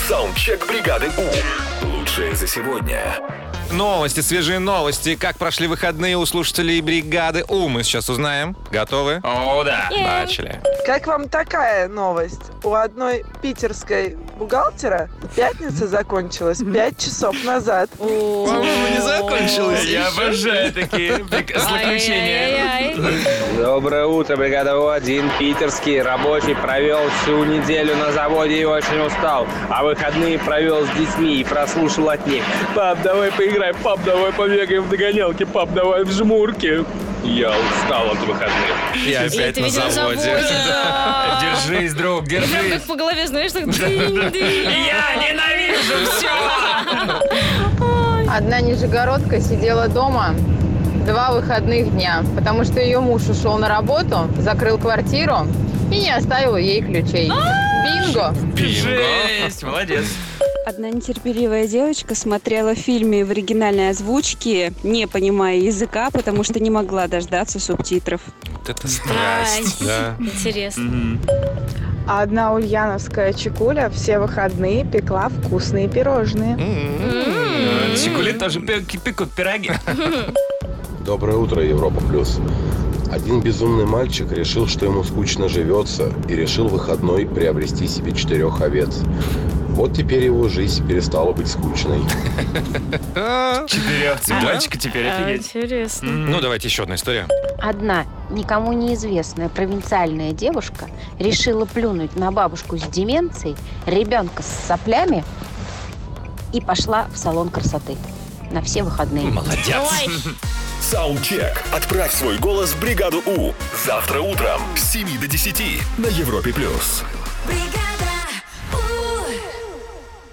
Саундчек бригады У. Лучшее за сегодня. Новости, свежие новости. Как прошли выходные у слушателей бригады У, мы сейчас узнаем. Готовы? О, да. Начали. Как вам такая новость? У одной питерской бухгалтера пятница закончилась 5 часов назад. По-моему, не закончилось. Я обожаю такие злоключения. Доброе утро, бригада У-1. Питерский рабочий провел всю неделю на заводе и очень устал. А выходные провел с детьми и прослушал от них: «Пап, давай поиграем, пап, давай побегаем в догонялки, пап, давай в жмурки». Я устал от выходных. И опять ты на видел на заводе. заводе, да. Держись, друг, Прям держись. как по голове, знаешь, так дынь-дынь. Я ненавижу все. Одна нижегородка сидела дома 2 выходных дня, потому что ее муж ушел на работу, закрыл квартиру и не оставил ей ключей. Бинго! Жесть, молодец. Одна нетерпеливая девочка смотрела фильмы в оригинальной озвучке, не понимая языка, потому что не могла дождаться субтитров. Вот это страсть, да. Интересно. А одна ульяновская чекуля все выходные пекла вкусные пирожные. Чикули тоже пекут пироги. Доброе утро, Европа Плюс. Один безумный мальчик решил, что ему скучно живется, и решил в выходной приобрести себе 4 овец. Вот теперь его жизнь перестала быть скучной. 4 овцы, мальчика теперь офигеть. Интересно. Ну, давайте еще одна история. Одна никому неизвестная провинциальная девушка решила плюнуть на бабушку с деменцией, ребенка с соплями и пошла в салон красоты на все выходные. Молодец. Ой. Саундчек. Отправь свой голос в бригаду У. Завтра утром с 7 до 10 на Европе+.